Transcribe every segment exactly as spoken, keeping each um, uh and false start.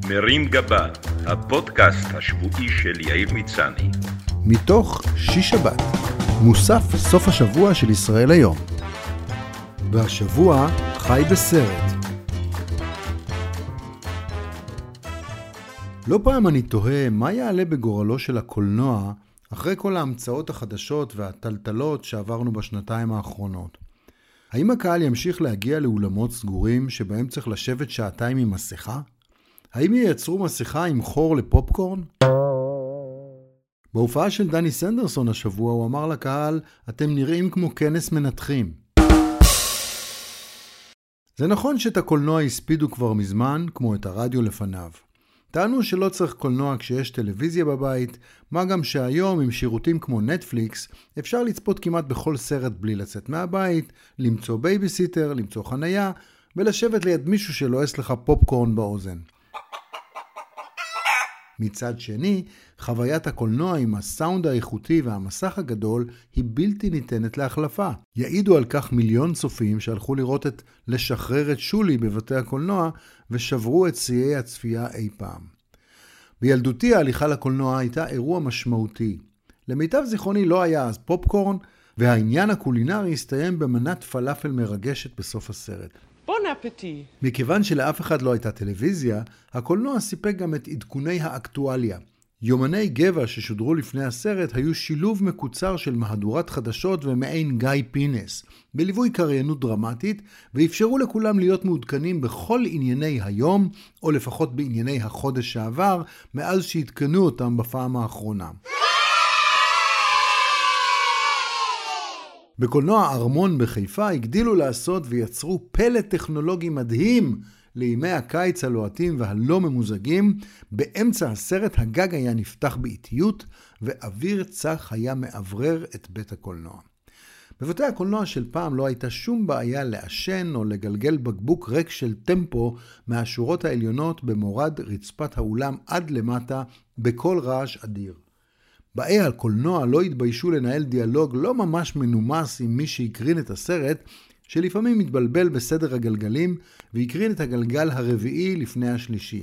מרים גבה, הפודקאסט השבועי של יאיר מצני. מתוך שיש שבת, מוסף סוף השבוע של ישראל היום. והשבוע חי בסרט. לא פעם אני תוהה מה יעלה בגורלו של הקולנוע אחרי כל ההמצאות החדשות והטלטלות שעברנו בשנתיים האחרונות. האם הקהל ימשיך להגיע לאולמות סגורים שבהם צריך לשבת שעתיים עם מסכה? האם ייצרו מסכה עם חור לפופקורן? בהופעה של דני סנדרסון השבוע הוא אמר לקהל, אתם נראים כמו כנס מנתחים. זה נכון שאת הקולנוע הספידו כבר מזמן, כמו את הרדיו לפניו. טענו שלא צריך קולנוע כשיש טלוויזיה בבית, מה גם שהיום עם שירותים כמו נטפליקס אפשר לצפות כמעט בכל סרט בלי לצאת מהבית, למצוא בייביסיטר, למצוא חנייה ולשבת ליד מישהו שלועס לך פופקורן באוזן. מצד שני, חוויית הקולנוע עם הסאונד האיכותי והמסך הגדול היא בלתי ניתנת להחלפה. יעידו על כך מיליון צופים שהלכו לראות את לשחרר את שולי בבתי הקולנוע ושברו את שיאי הצפייה אי פעם. בילדותי ההליכה לקולנוע הייתה אירוע משמעותי. למיטב זיכרוני לא היה אז פופקורן, והעניין הקולינרי הסתיים במנת פלאפל מרגשת בסוף הסרט. בון אפטי. מכיוון שלאף אחד לא הייתה טלוויזיה, הקולנוע סיפק גם את עדכוני האקטואליה. יומני גבע ששודרו לפני הסרט היו שילוב מקוצר של מהדורת חדשות ומעין גיא פינס, בליווי קריינות דרמטית, ואפשרו לכולם להיות מעודכנים בכל ענייני היום, או לפחות בענייני החודש שעבר, מאז שהתקנו אותם בפעם האחרונה. בקולנוע ארמון בחיפה הגדילו לעשות ויצרו פלט טכנולוגי מדהים לימי הקיץ הלוהטים והלא ממוזגים. באמצע הסרט הגג היה נפתח באיטיות ואוויר צח היה מעברר את בית הקולנוע. בבתי הקולנוע של פעם לא הייתה שום בעיה לעשן או לגלגל בקבוק ריק של טמפו מהשורות העליונות במורד רצפת האולם עד למטה בכל רעש אדיר. באי הקולנוע לא התביישו לנהל דיאלוג לא ממש מנומס עם מי שהקרין את הסרט, שלפעמים מתבלבל בסדר הגלגלים והקרין את הגלגל הרביעי לפני השלישי.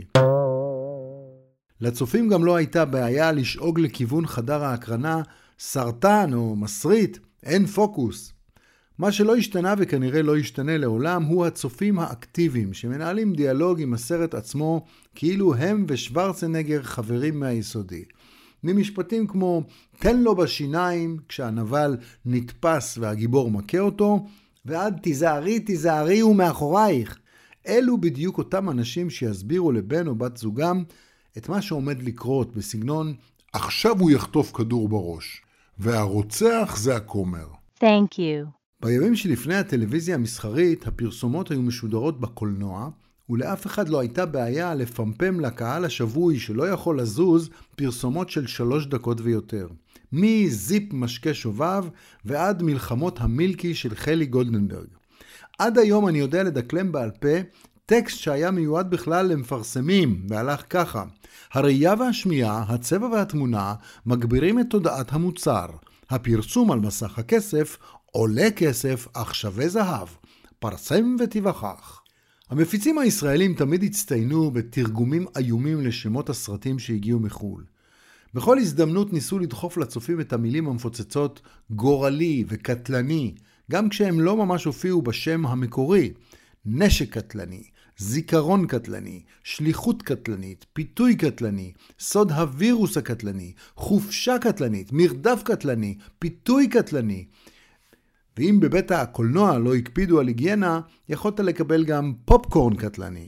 לצופים גם לא הייתה בעיה לשאוג לכיוון חדר ההקרנה, סרטן או מסריט, אין פוקוס. מה שלא השתנה וכנראה לא ישתנה לעולם הוא הצופים האקטיביים שמנהלים דיאלוג עם הסרט עצמו כאילו הם ושוורצנגר חברים מהיסודי. ממשפטים כמו תן לו בשיניים כשהנבל נתפס והגיבור מכה אותו, ועד תיזהרי תיזהרי הוא מאחורייך. אלו בדיוק אותם אנשים שיסבירו לבן או בת זוגם את מה שעומד לקרות בסגנון עכשיו הוא יחטוף כדור בראש והרוצח זה הכומר. Thank you. בימים שלפני הטלוויזיה המסחרית הפרסומות היו משודרות בקולנוע, ולאף אחד לא הייתה בעיה לפמפם לקהל השבוי שלא יכול לזוז פרסומות של שלוש דקות ויותר. מזיפ משקה שובב ועד מלחמות המילקי של חלי גולדנברג. עד היום אני יודע לדקלם בעל פה טקסט שהיה מיועד בכלל למפרסמים, והלך ככה: הראייה והשמיעה, הצבע והתמונה מגבירים את תודעת המוצר. הפרסום על מסך הכסף עולה כסף אך שווה זהב. פרסם ותיווכח. המפיצים הישראלים תמיד הצטיינו בתרגומים איומים לשמות הסרטים שהגיעו מחול. בכל הזדמנות ניסו לדחוף לצופים את המילים המפוצצות גורלי וקטלני, גם כשהם לא ממש הופיעו בשם המקורי. נשק קטלני, זיכרון קטלני, שליחות קטלנית, פיתוי קטלני, סוד הווירוס הקטלני, חופשה קטלנית, מרדף קטלני, פיתוי קטלני. ואם בבית הקולנוע לא הקפידו על היגיינה, יכולת לקבל גם פופקורן קטלני.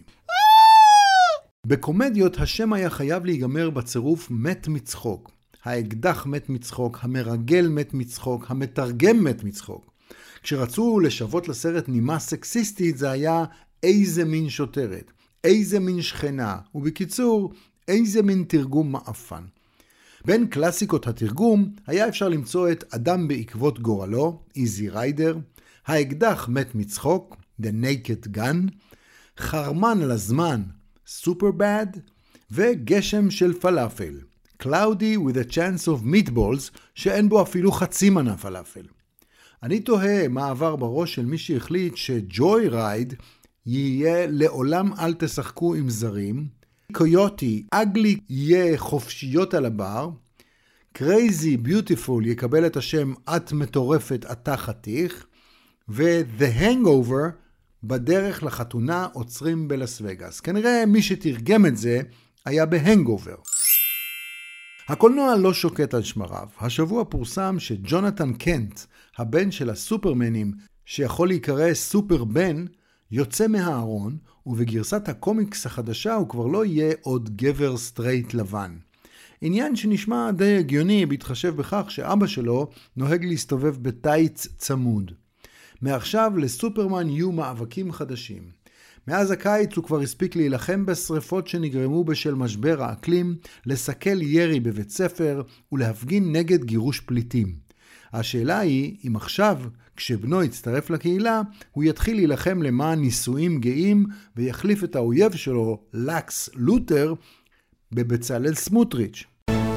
בקומדיות השם היה חייב להיגמר בצירוף מת מצחוק. האקדח מת מצחוק, המרגל מת מצחוק, המתרגם מת מצחוק. כשרצו לשוות לסרט נימה סקסיסטית זה היה איזה מין שוטרת, איזה מין שכנה, ובקיצור איזה מין תרגום מאפן. בין קלאסיקות התרגום היה אפשר למצוא את אדם בעקבות גורלו, איזי ריידר, האקדח מת מצחוק, The Naked Gun, חרמן על הזמן, Superbad, וגשם של פלאפל, Cloudy with a Chance of Meatballs, שאין בו אפילו חצי מנה פלאפל. אני תוהה מה עבר בראש של מי שהחליט שג'וי רייד יהיה לעולם אל תשחקו עם זרים, קויוטי, אגלי יהיה חופשיות על הבר, קרייזי ביוטיפול יקבל את השם את מטורפת אתה חתיך, ו-The Hangover בדרך לחתונה עוצרים בלס וגאס. כנראה מי שתרגם את זה היה בהנגובר. הקולנוע לא שוקט על שמריו. השבוע פורסם שג'ונתן קנט, הבן של הסופרמנים שיכול להיקרא סופר בן, יוצא מהארון, ובגרסת הקומיקס החדשה הוא כבר לא יהיה עוד גבר סטרייט לבן. עניין שנשמע די הגיוני בהתחשב בכך שאבא שלו נוהג להסתובב בטייץ צמוד. מעכשיו לסופרמן יהיו מאבקים חדשים. מאז הקיץ הוא כבר הספיק להילחם בשריפות שנגרמו בשל משבר האקלים, לסכל ירי בבית ספר ולהפגין נגד גירוש פליטים. השאלה היא אם עכשיו, כשבנו יצטרף לקהילה, הוא יתחיל להילחם למען נישואים גאים ויחליף את האויב שלו, לקס לותר, בבצלאל סמוטריץ'.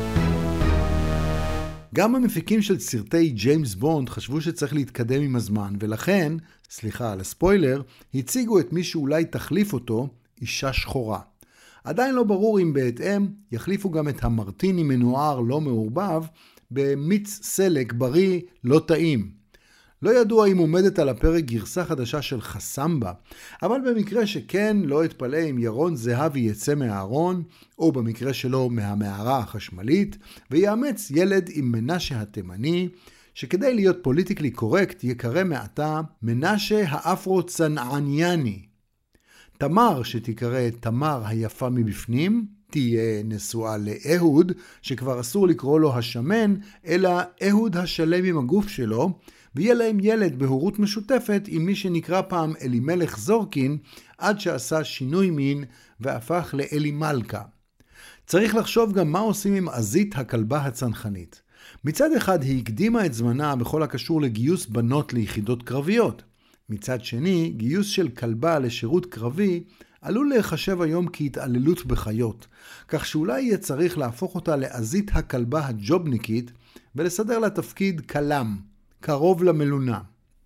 גם המפיקים של סרטי ג'יימס בונד חשבו שצריך להתקדם עם הזמן, ולכן, סליחה על הספוילר, הציגו את מי שאולי תחליף אותו, אישה שחורה. עדיין לא ברור אם בהתאם יחליפו גם את המרטיני מנוער לא מעורבב במיץ סלק בריא לא טעים. לא ידוע אם עומדת על הפרק גרסה חדשה של חסמבה, אבל במקרה שכן לא אתפלא אם ירון זהבי יצא מהארון, או במקרה שלו מהמערה החשמלית, ויאמץ ילד עם מנשה התימני, שכדי להיות פוליטיקלי קורקט יקרא מעתה מנשה האפרו-צנענייני. תמר שתיקרא תמר היפה מבפנים, תהיה נשואה לאהוד, שכבר אסור לקרוא לו השמן, אלא אהוד השלם עם הגוף שלו, ויהיה להם ילד בהורות משותפת עם מי שנקרא פעם אלימלך זורקין, עד שעשה שינוי מין והפך לאלי מלכה. צריך לחשוב גם מה עושים עם עזית הכלבה הצנחנית. מצד אחד היא הקדימה את זמנה בכל הקשור לגיוס בנות ליחידות קרביות. מצד שני, גיוס של כלבה לשירות קרבי עלול להיחשב היום כהתעללות בחיות, כך שאולי יהיה צריך להפוך אותה לעזית הכלבה הג'ובניקית ולסדר לה תפקיד קלם, קרוב למלונה.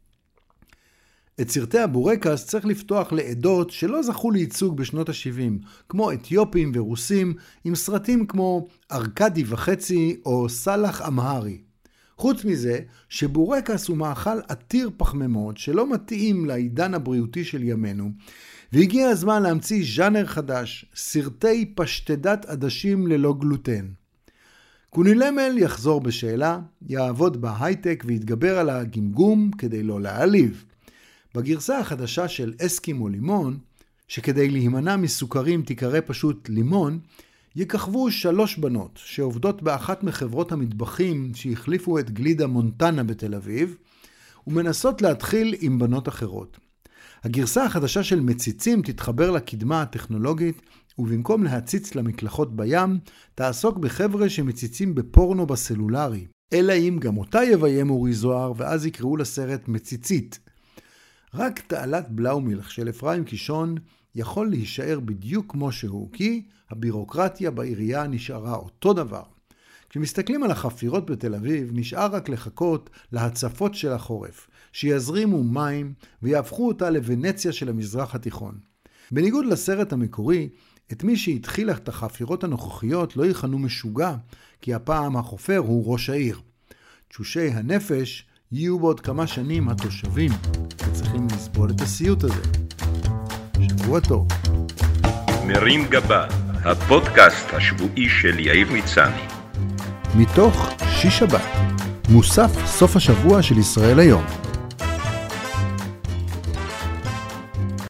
את סרטי הבורקס צריך לפתוח לעדות שלא זכו לייצוג בשנות ה-שבעים, כמו אתיופים ורוסים, עם סרטים כמו ארקדי וחצי או סלח אמהרי. חוץ מזה, שבורקס הוא מאכל עתיר פחמימות שלא מתאים לעידן הבריאותי של ימינו, והגיע הזמן להמציא ז'אנר חדש, סרטי פשטדת עדשים ללא גלוטן. קונילמל יחזור בשאלה, יעבוד בהייטק ויתגבר על הגמגום כדי לא להעליב. בגרסה החדשה של אסקימו לימון, שכדי להימנע מסוכרים תיקרא פשוט לימון, יככבו שלוש בנות שעובדות באחת מחברות המטבחים שהחליפו את גלידה מונטנה בתל אביב, ומנסות להתחיל עם בנות אחרות. הגרסה החדשה של מציצים תתחבר לקדמה הטכנולוגית, ובמקום להציץ למקלחות בים, תעסוק בחבר'ה שמציצים בפורנו בסלולרי. אלא אם גם אותה יביים אורי זוהר, ואז יקראו לסרט מציצית. רק תעלת בלאומילך של אפרים קישון יכול להישאר בדיוק כמו שהוא, כי הבירוקרטיה בעירייה נשארה אותו דבר. כשמסתכלים על החפירות בתל אביב, נשאר רק לחכות להצפות של החורף, שיזרימו מים ויהפכו אותה לוונציה של המזרח התיכון. בניגוד לסרט המקורי, את מי שהתחיל את החפירות הנוכחיות לא יכנו משוגע, כי הפעם החופר הוא ראש העיר. תשושי הנפש יהיו בעוד כמה שנים התושבים, וצריכים לסבול את הסיוט הזה. שבוע טוב. מרים גבה, הפודקאסט השבועי של יאיר מצני. מתוך שיש שבת, מוסף סוף השבוע של ישראל היום.